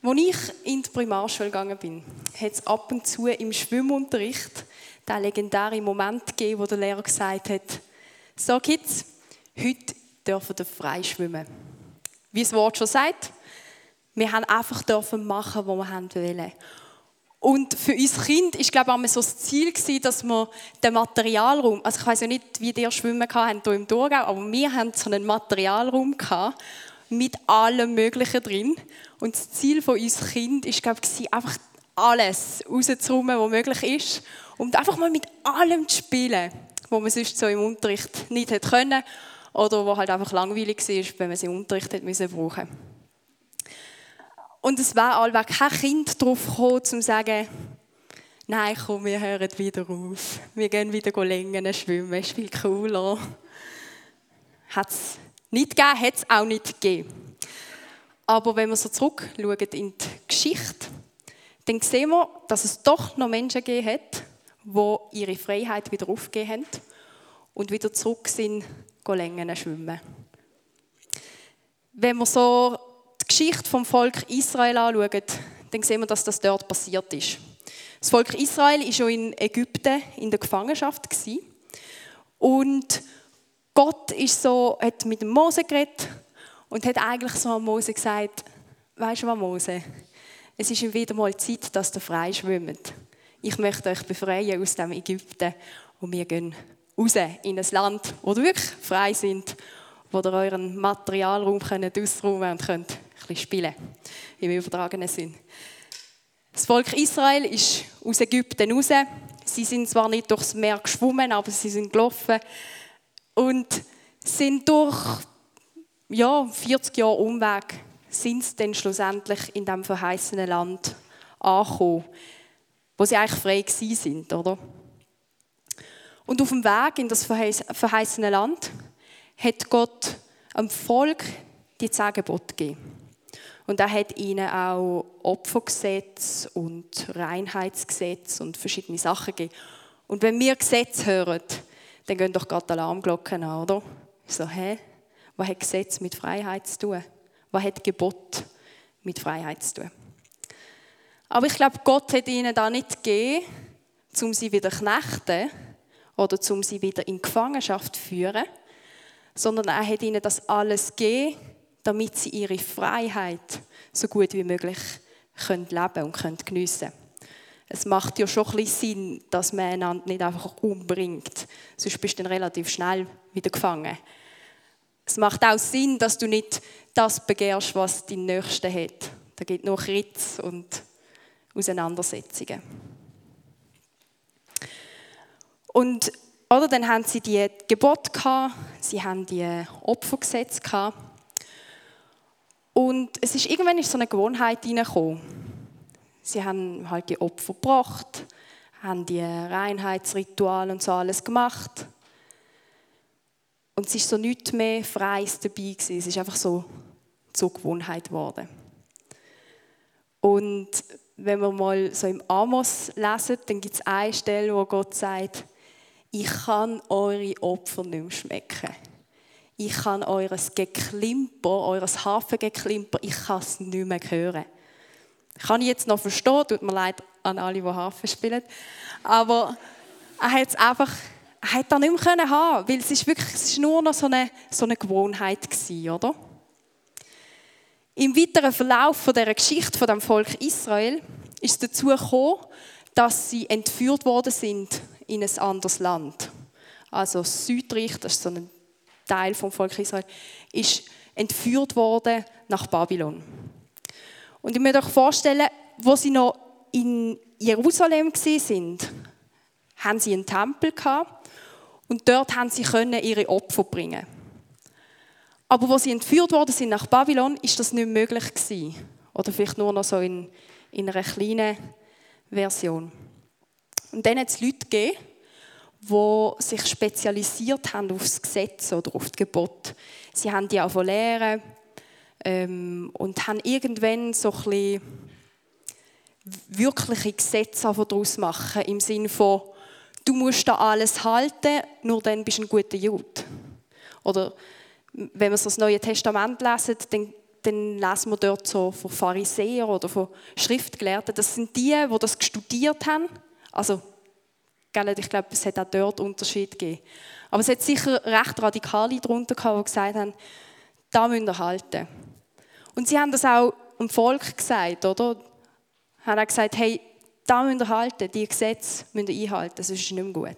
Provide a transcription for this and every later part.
Als ich in die Primarschule gegangen bin, hat es ab und zu im Schwimmunterricht den legendären Moment gegeben, wo der Lehrer gesagt hat, so Kids, heute dürfen wir frei schwimmen. Wie das Wort schon sagt, wir haben einfach dürfen machen, was wir wollen. Und für uns Kind war, glaube ich, auch so das Ziel, dass wir den Materialraum, also ich weiss ja nicht, wie ihr schwimmen habt hier im Thurgau, aber wir hatten so einen Materialraum mit allem Möglichen drin. Und das Ziel von uns Kind war, glaube ich, einfach alles rauszuräumen, was möglich ist. Und einfach mal mit allem zu spielen, was man sonst so im Unterricht nicht hätte können. Oder was halt einfach langweilig war, wenn man es im Unterricht hätte brauchen musste. Und es war allweg kein Kind darauf gekommen, zu sagen, nein, komm, wir hören wieder auf. Wir gehen wieder Längen schwimmen, ist viel cooler. Hat es nicht gegeben, hat es auch nicht gegeben. Aber wenn wir so zurückschauen in die Geschichte, dann sehen wir, dass es doch noch Menschen gegeben hat, die ihre Freiheit wieder aufgegeben haben und wieder zurück sind, Längen schwimmen. Wenn wir so die Geschichte vom Volk Israel anschauen, dann sehen wir, dass das dort passiert ist. Das Volk Israel war schon in Ägypten in der Gefangenschaft. Und Gott hat mit dem Mose geredet und hat eigentlich so an Mose gesagt, weisst du was, Mose, es ist wieder mal Zeit, dass ihr frei schwimmt. Ich möchte euch befreien aus dem Ägypten und wir gehen raus in ein Land, wo ihr wirklich frei sind, wo ihr euren Materialraum ausräumen und könnt ein bisschen spielen, im übertragenen Sinn. Das Volk Israel ist aus Ägypten raus. Sie sind zwar nicht durchs Meer geschwommen, aber sie sind gelaufen und sind durch 40 Jahre Umweg sind sie dann schlussendlich in diesem verheißenen Land angekommen, wo sie eigentlich frei gewesen sind, oder? Und auf dem Weg in das verheißene Land hat Gott dem Volk die 10 Gebote gegeben. Und er hat ihnen auch Opfergesetz und Reinheitsgesetz und verschiedene Sachen gegeben. Und wenn wir Gesetze hören, dann gehen doch gerade Alarmglocken an, oder? So, was hat Gesetz mit Freiheit zu tun? Was hat Gebot mit Freiheit zu tun? Aber ich glaube, Gott hat ihnen da nicht gegeben, um sie wieder zu knechten oder um sie wieder in Gefangenschaft zu führen, sondern er hat ihnen das alles gegeben, damit sie ihre Freiheit so gut wie möglich leben und geniessen können. Es macht ja schon ein bisschen Sinn, dass man einander nicht einfach umbringt, sonst bist du dann relativ schnell wieder gefangen. Es macht auch Sinn, dass du nicht das begehrst, was dein Nächster hat. Da gibt es noch Ritz und Auseinandersetzungen. Und dann haben sie die Gebote gehabt, sie haben die Opfergesetze gehabt. Und es ist irgendwann so eine Gewohnheit hineingekommen. Sie haben halt die Opfer gebracht, haben die Reinheitsrituale und so alles gemacht. Und es ist so nichts mehr Freies dabei gewesen. Es ist einfach so zur Gewohnheit geworden. Und wenn wir mal so im Amos lesen, dann gibt es eine Stelle, wo Gott sagt, ich kann eure Opfer nicht mehr schmecken. Ich kann eures Geklimper, eures Hafengeklimper, ich kann es nicht mehr hören. Kann ich jetzt noch verstehen, tut mir leid an alle, die Hafen spielen. Aber er hat es einfach, er hat das nicht mehr haben, weil es ist nur noch so eine Gewohnheit gewesen, oder? Im weiteren Verlauf von dieser Geschichte von dem Volk Israel ist es dazu gekommen, dass sie entführt worden sind in ein anderes Land. Also das Südreich, das ist so ein Teil vom Volk Israel, ist entführt worden nach Babylon. Und ich muss euch vorstellen, wo sie noch in Jerusalem waren, haben sie einen Tempel gehabt und dort haben sie ihre Opfer bringen. Aber wo sie entführt worden sind nach Babylon, ist das nicht möglich gewesen. Oder vielleicht nur noch so in einer kleinen Version. Und dann hat es Leute gegeben, die sich spezialisiert haben auf das Gesetz oder auf das Gebot. Sie haben die auch lehren und haben irgendwann so ein bisschen wirkliche Gesetze daraus machen, im Sinne von, du musst da alles halten, nur dann bist du ein guter Jude. Oder wenn wir so das Neue Testament lesen, dann dann lesen wir dort so von Pharisäern oder von Schriftgelehrten. Das sind die das studiert haben. Also, ich glaube, es hat auch dort Unterschied gegeben. Aber es hat sicher recht Radikale darunter gehabt, die gesagt haben, da müsst ihr halten. Und sie haben das auch dem Volk gesagt, oder? Haben auch gesagt, hey, da müsst ihr halten, die Gesetze müsst ihr einhalten, sonst ist es nicht mehr gut.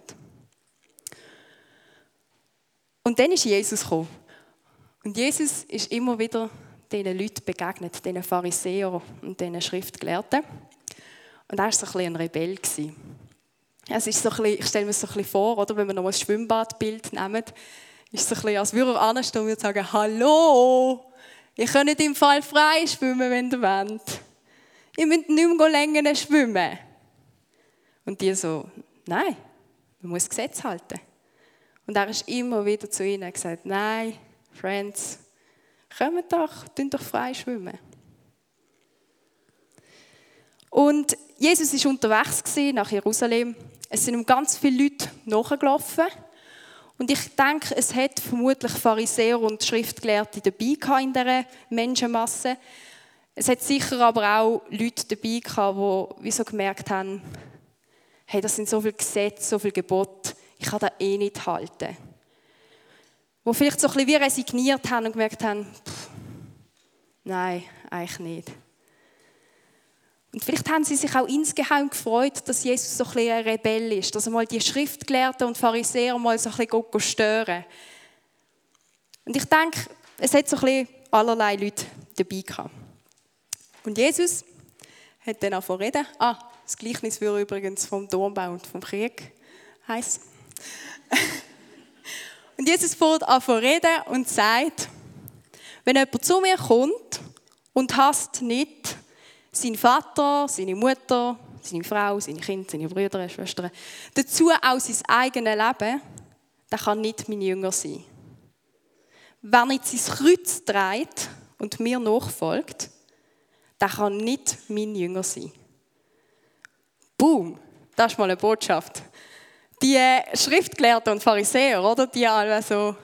Und dann ist Jesus gekommen. Und Jesus ist immer wieder diesen Leuten begegnet, diesen Pharisäern und diesen Schriftgelehrten. Und er war so ein bisschen ein Rebell. Es ist so ein bisschen, ich stelle mir es so ein bisschen vor, oder, wenn wir noch ein Schwimmbadbild nehmen, ist es so ein bisschen, als würde er anstehen und würde sagen, hallo, ihr könnt im Fall frei schwimmen, wenn ihr wollt. Ihr müsst nicht mehr länger schwimmen. Und die so, nein, man muss das Gesetz halten. Und er ist immer wieder zu ihnen und gesagt, nein, Friends, kommt doch frei schwimmen. Und Jesus war unterwegs nach Jerusalem. Es sind ihm ganz viele Leute nachgelaufen. Und ich denke, es hat vermutlich Pharisäer und Schriftgelehrte dabei gehabt in dieser Menschenmasse. Es hat sicher aber auch Leute dabei gehabt, die so gemerkt haben, hey, das sind so viele Gesetze, so viele Gebote, ich kann das eh nicht halten. Die vielleicht so ein bisschen wie resigniert haben und gemerkt haben, nein, eigentlich nicht. Und vielleicht haben sie sich auch insgeheim gefreut, dass Jesus so ein bisschen ein Rebell ist, dass er mal die Schriftgelehrten und Pharisäer mal so ein bisschen stören. Und ich denke, es hat so ein bisschen allerlei Leute dabei gehabt. Und Jesus hat dann angefangen zu reden. Das Gleichnis würde übrigens vom Turmbau und vom Krieg heißen. Und Jesus fängt an zu reden und sagt, wenn jemand zu mir kommt und hasst nicht seinen Vater, seine Mutter, seine Frau, seine Kinder, seine Brüder, Schwestern, dazu auch sein eigenes Leben, der kann nicht mein Jünger sein. Wer nicht sein Kreuz trägt und mir nachfolgt, der kann nicht mein Jünger sein. Boom, das ist mal eine Botschaft. Die Schriftgelehrten und Pharisäer, oder? Die alle so,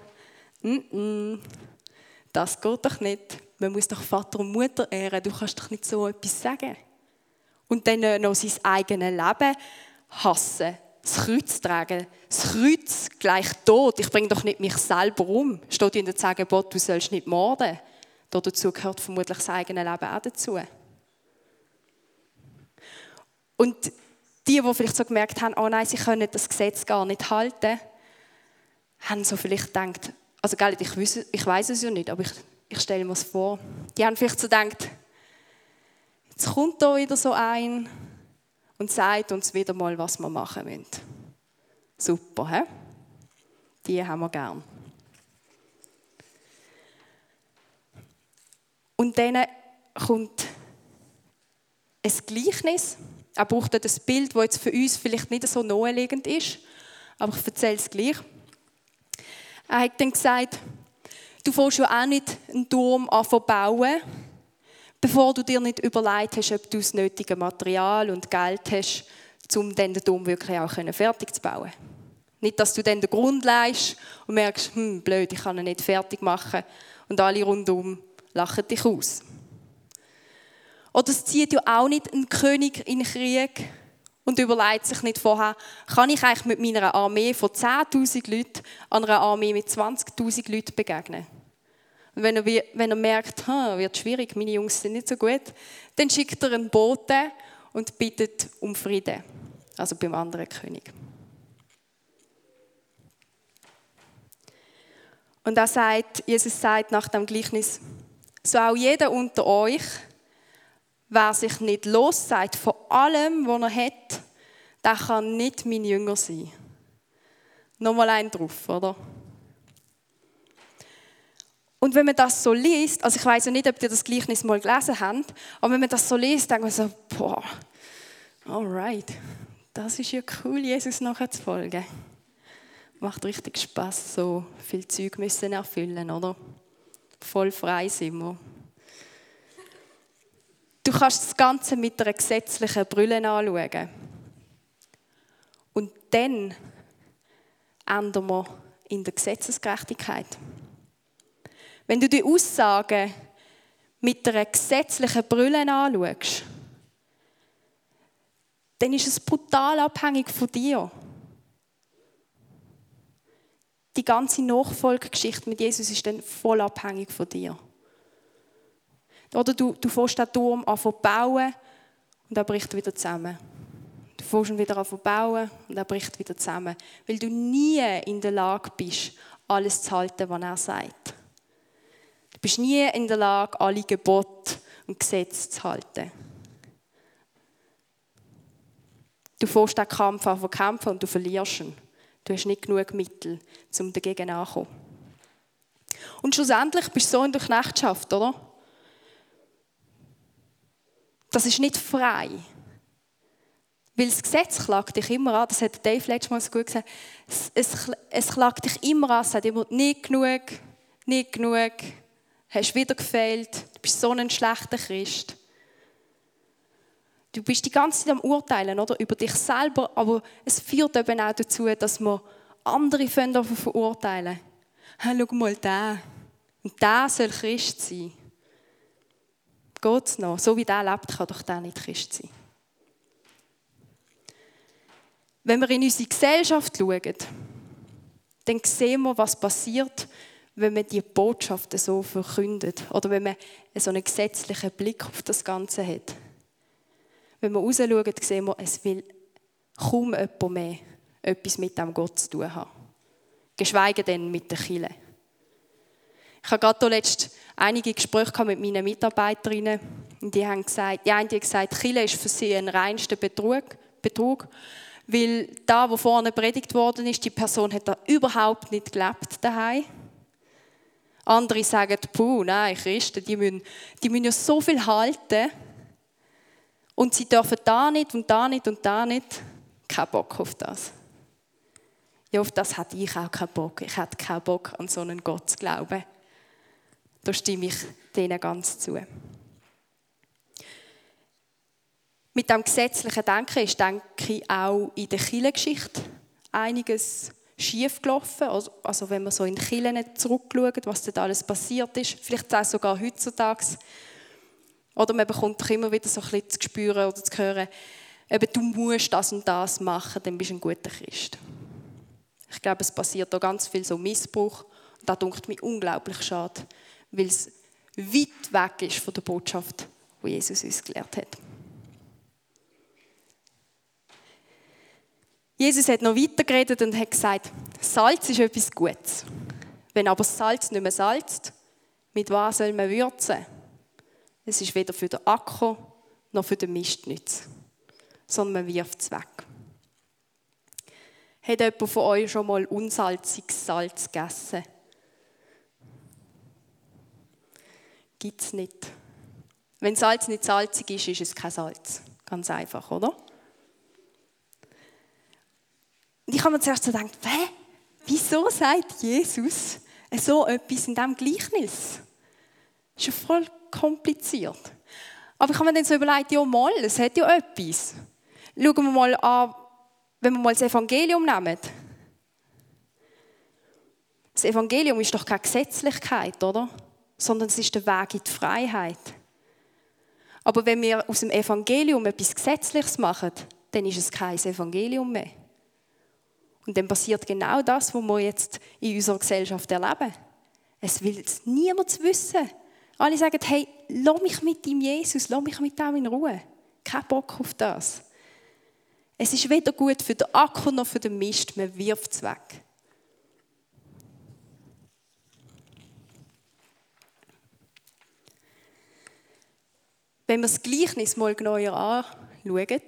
das geht doch nicht. Man muss doch Vater und Mutter ehren, du kannst doch nicht so etwas sagen. Und dann noch sein eigenes Leben hassen, das Kreuz tragen. Das Kreuz gleich Tod. Ich bringe doch nicht mich selber um. Steht in den 10 Geboten, du sollst nicht morden. Dazu gehört vermutlich das eigene Leben auch dazu. Und die vielleicht so gemerkt haben, oh nein, sie können das Gesetz gar nicht halten, haben so vielleicht gedacht, also ich weiss es ja nicht, aber ich stelle mir es vor. Die haben vielleicht so gedacht, jetzt kommt da wieder so ein und sagt uns wieder mal, was wir machen müssen. Super, hä? Die haben wir gern. Und dann kommt ein Gleichnis. Er braucht das Bild, das jetzt für uns vielleicht nicht so naheliegend ist, aber ich erzähle es gleich. Er hat dann gesagt, du fängst ja auch nicht einen Turm an zu bauen, bevor du dir nicht überlegt hast, ob du das nötige Material und Geld hast, um dann den Turm wirklich auch fertig zu bauen. Nicht, dass du dann den Grund leist und merkst, blöd, ich kann ihn nicht fertig machen und alle rundum lachen dich aus. Oder es zieht ja auch nicht ein König in den Krieg und überlegt sich nicht vorher, kann ich eigentlich mit meiner Armee von 10'000 Leuten an einer Armee mit 20'000 Leuten begegnen. Und wenn er merkt, wird schwierig, meine Jungs sind nicht so gut, dann schickt er einen Boten und bittet um Frieden. Also beim anderen König. Und Jesus sagt nach dem Gleichnis, so auch jeder unter euch, wer sich nicht lossagt von allem, was er hat, der kann nicht mein Jünger sein. Nochmal ein drauf, oder? Und wenn man das so liest, also ich weiss ja nicht, ob ihr das Gleichnis mal gelesen habt, aber wenn man das so liest, denkt man so, boah, alright, das ist ja cool, Jesus nachher zu folgen. Macht richtig Spass, so viel Zeug müssen erfüllen, oder? Voll frei sind wir. Du kannst das Ganze mit einer gesetzlichen Brille anschauen. Und dann ändern wir in der Gesetzesgerechtigkeit. Wenn du die Aussage, mit einer gesetzlichen Brille anschaust, dann ist es brutal abhängig von dir. Die ganze Nachfolgegeschichte mit Jesus ist dann voll abhängig von dir. Oder du fährst den Turm an zu bauen und er bricht wieder zusammen. Du fährst ihn wieder an zu bauen und er bricht wieder zusammen. Weil du nie in der Lage bist, alles zu halten, was er sagt. Du bist nie in der Lage, alle Gebote und Gesetze zu halten. Du fährst den Kampf an zu kämpfen und du verlierst ihn. Du hast nicht genug Mittel, um dagegen anzukommen. Und schlussendlich bist du so in der Knechtschaft, oder? Das ist nicht frei. Weil das Gesetz klagt dich immer an, das hat Dave letztes Mal so gut gesagt, es klagt dich immer an, es sagt immer, nicht genug, hast wieder gefehlt, du bist so ein schlechter Christ. Du bist die ganze Zeit am Urteilen, oder? Über dich selber, aber es führt eben auch dazu, dass wir andere verurteilen. Hey, schau mal, der. Und der soll Christ sein. Geht's noch? So wie der lebt, kann doch der nicht Christ sein. Wenn wir in unsere Gesellschaft schauen, dann sehen wir, was passiert, wenn man die Botschaften so verkündet. Oder wenn man so einen gesetzlichen Blick auf das Ganze hat. Wenn wir rausschauen, sehen wir, es will kaum jemand mehr etwas mit dem Gott zu tun haben. Geschweige denn mit der Kirche. Ich habe gerade letztens einige Gespräche mit meinen Mitarbeiterinnen und die haben gesagt, die eine hat gesagt, Kirche ist für sie ein reinster Betrug, weil da, wo vorne predigt worden ist, die Person hat da überhaupt nicht gelebt daheim. Andere sagen, nein, Christen, die müssen ja so viel halten und sie dürfen da nicht und da nicht und da nicht. Kein Bock auf das. Ja, auf das hatte ich auch keinen Bock. Ich hatte keinen Bock, an so einen Gott zu glauben. Da stimme ich denen ganz zu. Mit dem gesetzlichen Denken ist, denke ich, auch in der Kirchengeschichte einiges schief gelaufen. Also wenn man so in die Kirchen zurückschaut, was dort alles passiert ist, vielleicht auch sogar heutzutage. Oder man bekommt doch immer wieder so ein bisschen zu spüren oder zu hören, eben, du musst das und das machen, dann bist du ein guter Christ. Ich glaube, es passiert da ganz viel so Missbrauch. Und das dünkt mich unglaublich schade, weil es weit weg ist von der Botschaft, die Jesus uns gelehrt hat. Jesus hat noch weiter geredet und hat gesagt, Salz ist etwas Gutes. Wenn aber das Salz nicht mehr salzt, mit was soll man würzen? Es ist weder für den Acker noch für den Mist nichts, sondern man wirft es weg. Hat jemand von euch schon mal unsalziges Salz gegessen? Gibt es nicht. Wenn Salz nicht salzig ist, ist es kein Salz. Ganz einfach, oder? Und ich habe mir zuerst so gedacht, wieso sagt Jesus so etwas in diesem Gleichnis? Das ist ja voll kompliziert. Aber ich habe mir dann so überlegt, ja mal, es hat ja etwas. Schauen wir mal an, wenn wir mal das Evangelium nehmen. Das Evangelium ist doch keine Gesetzlichkeit, oder? Sondern es ist der Weg in die Freiheit. Aber wenn wir aus dem Evangelium etwas Gesetzliches machen, dann ist es kein Evangelium mehr. Und dann passiert genau das, was wir jetzt in unserer Gesellschaft erleben. Es will niemand wissen. Alle sagen, hey, lass mich mit dem Jesus, lass mich mit dem in Ruhe. Kein Bock auf das. Es ist weder gut für den Acker noch für den Mist, man wirft es weg. Wenn wir das Gleichnis mal genauer anschauen,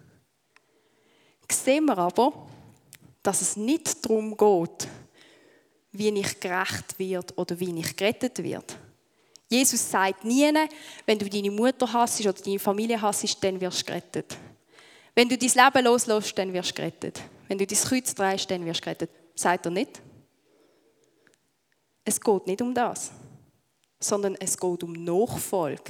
sehen wir aber, dass es nicht darum geht, wie ich gerecht wird oder wie ich gerettet wird. Jesus sagt nie, wenn du deine Mutter hassest oder deine Familie hassest, dann wirst du gerettet. Wenn du dein Leben loslässt, dann wirst du gerettet. Wenn du dein Kreuz drehst, dann wirst du gerettet. Sagt er nicht. Es geht nicht um das, sondern es geht um Nachfolge.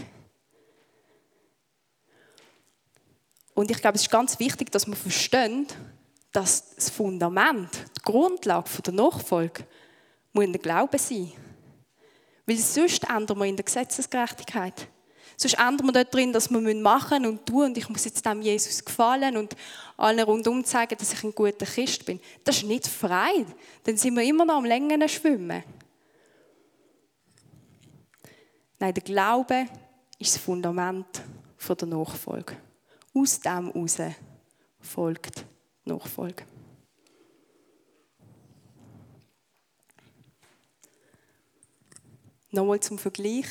Und ich glaube, es ist ganz wichtig, dass wir verstehen, dass das Fundament, die Grundlage der Nachfolge, muss der Glaube sein. Weil sonst ändern wir in der Gesetzesgerechtigkeit. Sonst ändern wir dort drin, dass wir machen und tun und ich muss jetzt dem Jesus gefallen und allen rundum zeigen, dass ich ein guter Christ bin. Das ist nicht frei. Dann sind wir immer noch am Längen schwimmen. Nein, der Glaube ist das Fundament der Nachfolge. Aus dem heraus folgt die Nachfolge. Nochmal zum Vergleich.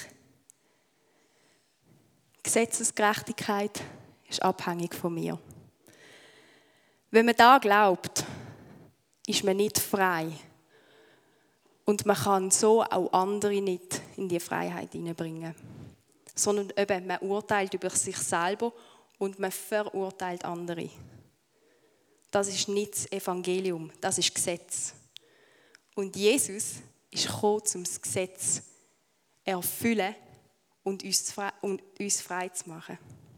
Gesetzesgerechtigkeit ist abhängig von mir. Wenn man da glaubt, ist man nicht frei. Und man kann so auch andere nicht in die Freiheit hineinbringen. Sondern eben, man urteilt über sich selber und man verurteilt andere. Das ist nicht das Evangelium, das ist Gesetz. Und Jesus ist gekommen, um das Gesetz zu erfüllen und uns frei zu machen.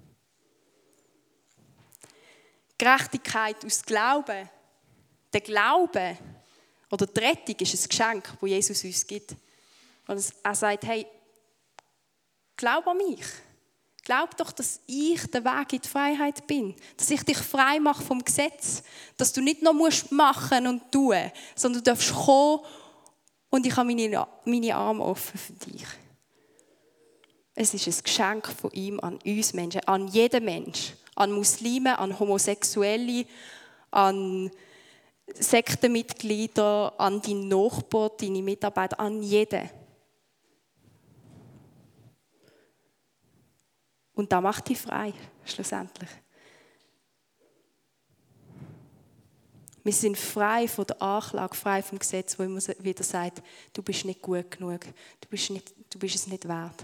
Gerechtigkeit aus Glauben. Der Glaube oder die Rettung ist ein Geschenk, das Jesus uns gibt. Und er sagt, hey, glaub an mich. Glaub doch, dass ich der Weg in die Freiheit bin. Dass ich dich frei mache vom Gesetz. Dass du nicht noch machen und tun, sondern du darfst kommen und ich habe meine Arme offen für dich. Es ist ein Geschenk von ihm an uns Menschen, an jeden Mensch. An Muslime, an Homosexuelle, an Sektenmitglieder, an deinen Nachbarn, deine Mitarbeiter, an jeden. Und das macht dich frei, schlussendlich. Wir sind frei von der Anklage, frei vom Gesetz, wo immer wieder sagt, du bist nicht gut genug, du bist es nicht wert.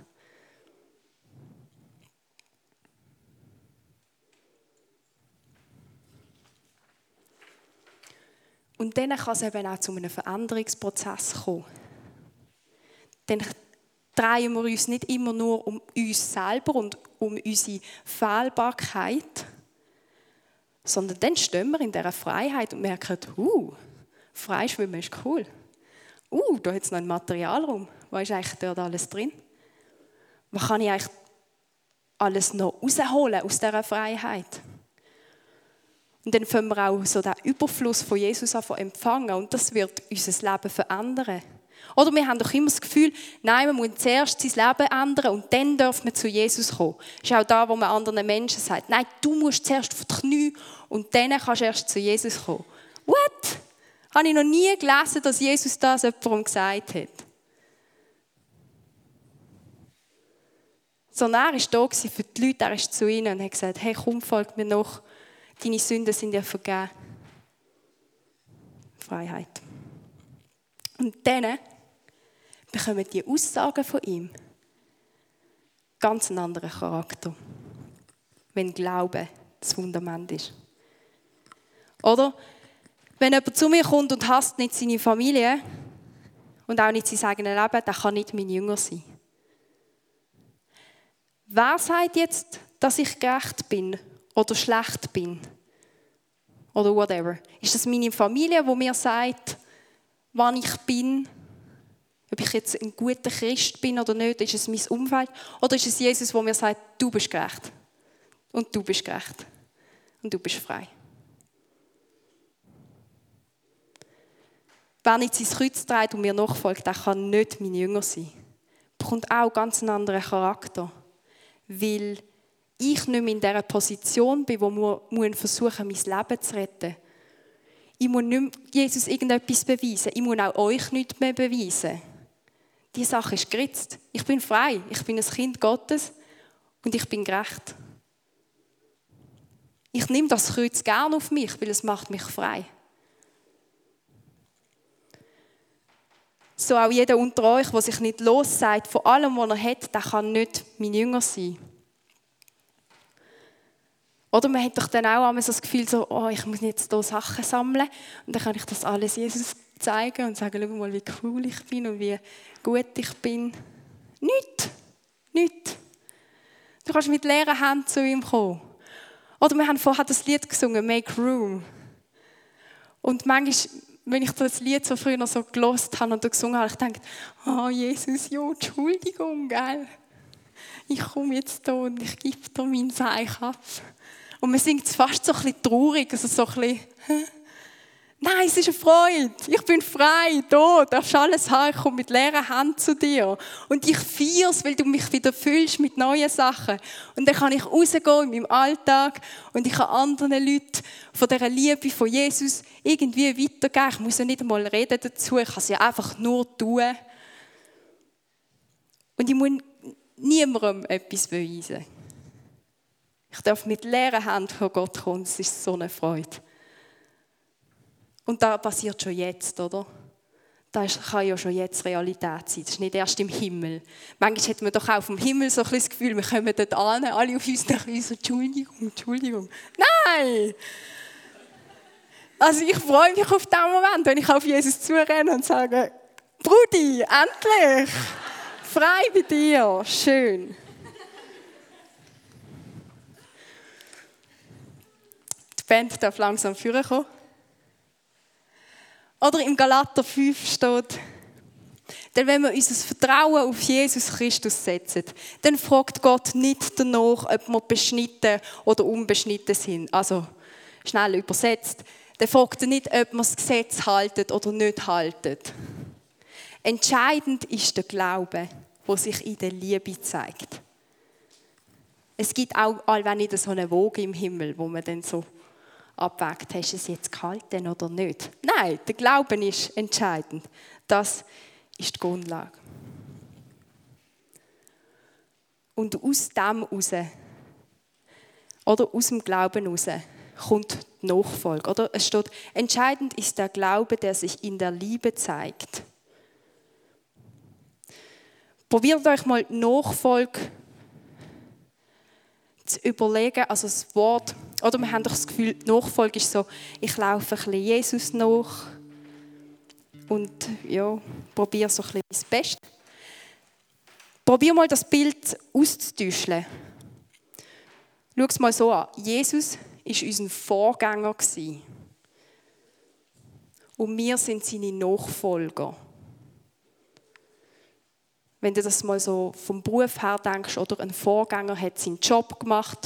Und dann kann es eben auch zu einem Veränderungsprozess kommen. Dann drehen wir uns nicht immer nur um uns selber und um unsere Fehlbarkeit, sondern dann stehen wir in dieser Freiheit und merken, Freischwimmen ist cool. Da hat es noch einen Materialraum. Was ist eigentlich dort alles drin? Was kann ich eigentlich alles noch rausholen aus dieser Freiheit? Und dann können wir auch so den Überfluss von Jesus empfangen und das wird unser Leben verändern. Oder wir haben doch immer das Gefühl, nein, man muss zuerst sein Leben ändern und dann darf man zu Jesus kommen. Das ist auch da, wo man anderen Menschen sagt, nein, du musst zuerst auf die Knie und dann kannst du erst zu Jesus kommen. What? Habe ich noch nie gelesen, dass Jesus das jemandem gesagt hat. Sondern er war da für die Leute, er ist zu ihnen und hat gesagt, hey, komm, folg mir nach. Deine Sünden sind dir vergeben. Freiheit. Und dann bekommen die Aussagen von ihm ganz einen anderen Charakter. Wenn Glaube das Fundament ist. Oder wenn jemand zu mir kommt und hasst nicht seine Familie und auch nicht sein eigenes Leben, der kann nicht mein Jünger sein. Wer sagt jetzt, dass ich gerecht bin oder schlecht bin? Oder whatever. Ist das meine Familie, die mir sagt, wann ich bin? Ob ich jetzt ein guter Christ bin oder nicht? Ist es mein Umfeld? Oder ist es Jesus, der mir sagt, du bist gerecht? Und du bist gerecht. Und du bist frei. Wer nicht sein Kreuz trägt und mir nachfolgt, der kann nicht mein Jünger sein. Er bekommt auch ganz einen anderen Charakter. Weil ich nicht mehr in dieser Position bin, wo ich versuchen muss, mein Leben zu retten. Ich muss nicht Jesus irgendetwas beweisen. Ich muss auch euch nichts mehr beweisen. Die Sache ist geritzt. Ich bin frei. Ich bin ein Kind Gottes und ich bin gerecht. Ich nehme das Kreuz gerne auf mich, weil es macht mich frei. So auch jeder unter euch, der sich nicht lossagt von allem, was er hat, der kann nicht mein Jünger sein. Oder man hat doch dann auch einmal so das Gefühl, so, ich muss jetzt hier Sachen sammeln und dann kann ich das alles Jesus zeigen und sagen, schau mal, wie cool ich bin und wie gut ich bin. Nicht. Du kannst mit leeren Händen zu ihm kommen. Oder wir haben vorher das Lied gesungen, «Make Room». Und manchmal wenn ich das Lied so früher so gehört habe und gesungen habe, ich dachte, oh Jesus, ja, Entschuldigung, gell? Ich komme jetzt hier und ich gebe dir mein Seich ab. Und man singt es fast so ein bisschen traurig, also so ein bisschen, nein, es ist eine Freude. Ich bin frei, da darfst alles haben. Ich komme mit leeren Händen zu dir. Und ich feiere es, weil du mich wieder füllst mit neuen Sachen. Und dann kann ich rausgehen in meinem Alltag und ich kann anderen Leuten von dieser Liebe von Jesus irgendwie weitergeben. Ich muss ja nicht einmal reden dazu, ich kann es ja einfach nur tun. Und ich muss niemandem etwas beweisen. Ich darf mit leeren Händen vor Gott kommen, es ist so eine Freude. Und das passiert schon jetzt, oder? Das kann ja schon jetzt Realität sein. Das ist nicht erst im Himmel. Manchmal hat man doch auch vom Himmel so ein bisschen das Gefühl, wir kommen dort an, alle auf uns denken so, Entschuldigung. Nein! Also ich freue mich auf den Moment, wenn ich auf Jesus zurenne und sage, Brudi, endlich! Frei bei dir, schön. Die Band darf langsam vorkommen. Oder im Galater 5 steht, denn wenn wir unser Vertrauen auf Jesus Christus setzen, dann fragt Gott nicht danach, ob wir beschnitten oder unbeschnitten sind. Also, schnell übersetzt, dann fragt er nicht, ob wir das Gesetz halten oder nicht halten. Entscheidend ist der Glaube, der sich in der Liebe zeigt. Es gibt auch allweil nicht so eine Woge im Himmel, wo man dann so abwägt, hast du es jetzt gehalten oder nicht? Nein, der Glauben ist entscheidend. Das ist die Grundlage. Und aus dem heraus, oder aus dem Glauben heraus, kommt die Nachfolge. Oder? Es steht, entscheidend ist der Glaube, der sich in der Liebe zeigt. Probiert euch mal die Nachfolge zu überlegen, also das Wort, oder wir haben doch das Gefühl, die Nachfolge ist so, ich laufe ein bisschen Jesus nach und ja, probiere so ein bisschen mein Bestes. Probier mal das Bild auszutäuschen. Schau es mal so an. Jesus war unser Vorgänger und wir sind seine Nachfolger. Wenn du das mal so vom Beruf her denkst, oder ein Vorgänger hat seinen Job gemacht,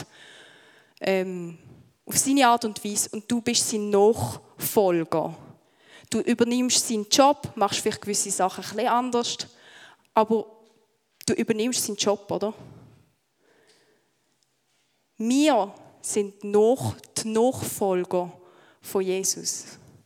auf seine Art und Weise, und du bist sein Nachfolger. Du übernimmst seinen Job, machst vielleicht gewisse Sachen ein bisschen anders, aber du übernimmst seinen Job, oder? Wir sind die Nachfolger von Jesus.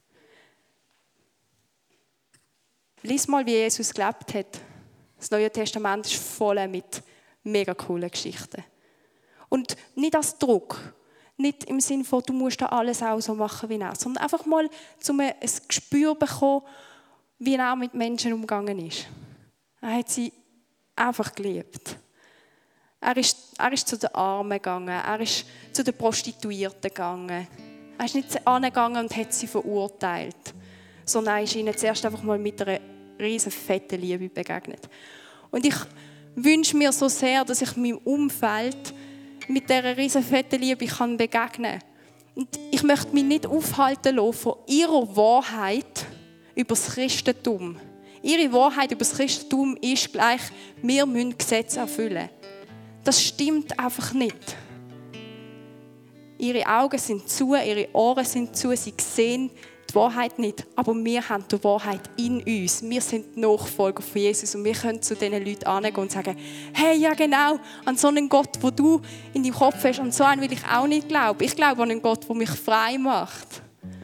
Lies mal, wie Jesus gelebt hat. Das Neue Testament ist voll mit mega coolen Geschichten. Und nicht als Druck, nicht im Sinne von, du musst da alles auch so machen wie er, sondern einfach mal, um ein Gespür zu bekommen, wie er mit Menschen umgegangen ist. Er hat sie einfach geliebt. Er ist zu den Armen gegangen, er ist zu den Prostituierten gegangen. Er ist nicht angegangen und hat sie verurteilt, sondern er ist ihnen zuerst einfach mal mit einer riesen fetten Liebe begegnet. Und ich wünsche mir so sehr, dass ich meinem Umfeld mit dieser riesen fetten Liebe begegnen kann. Und ich möchte mich nicht aufhalten lassen von ihrer Wahrheit über das Christentum. Ihre Wahrheit über das Christentum ist gleich, wir müssen Gesetze erfüllen. Das stimmt einfach nicht. Ihre Augen sind zu, ihre Ohren sind zu, sie sehen die Wahrheit nicht. Aber wir haben die Wahrheit in uns. Wir sind die Nachfolger von Jesus und wir können zu diesen Leuten angehen und sagen, hey, ja genau, an so einen Gott, den du in deinem Kopf hast, an so einen will ich auch nicht glauben. Ich glaube an einen Gott, der mich frei macht.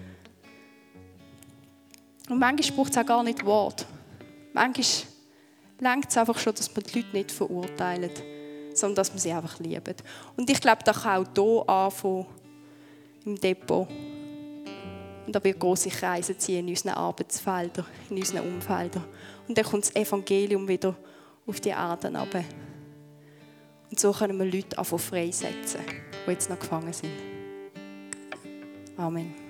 Und manchmal braucht es auch gar nicht Wort. Manchmal reicht es einfach schon, dass man die Leute nicht verurteilen, sondern dass man sie einfach liebt. Und ich glaube, das kann auch hier anfangen, im Depot. Und da wird grosse Kreise ziehen in unseren Arbeitsfeldern, in unseren Umfeldern. Und dann kommt das Evangelium wieder auf die Erde runter. Und so können wir Leute freisetzen, die jetzt noch gefangen sind. Amen.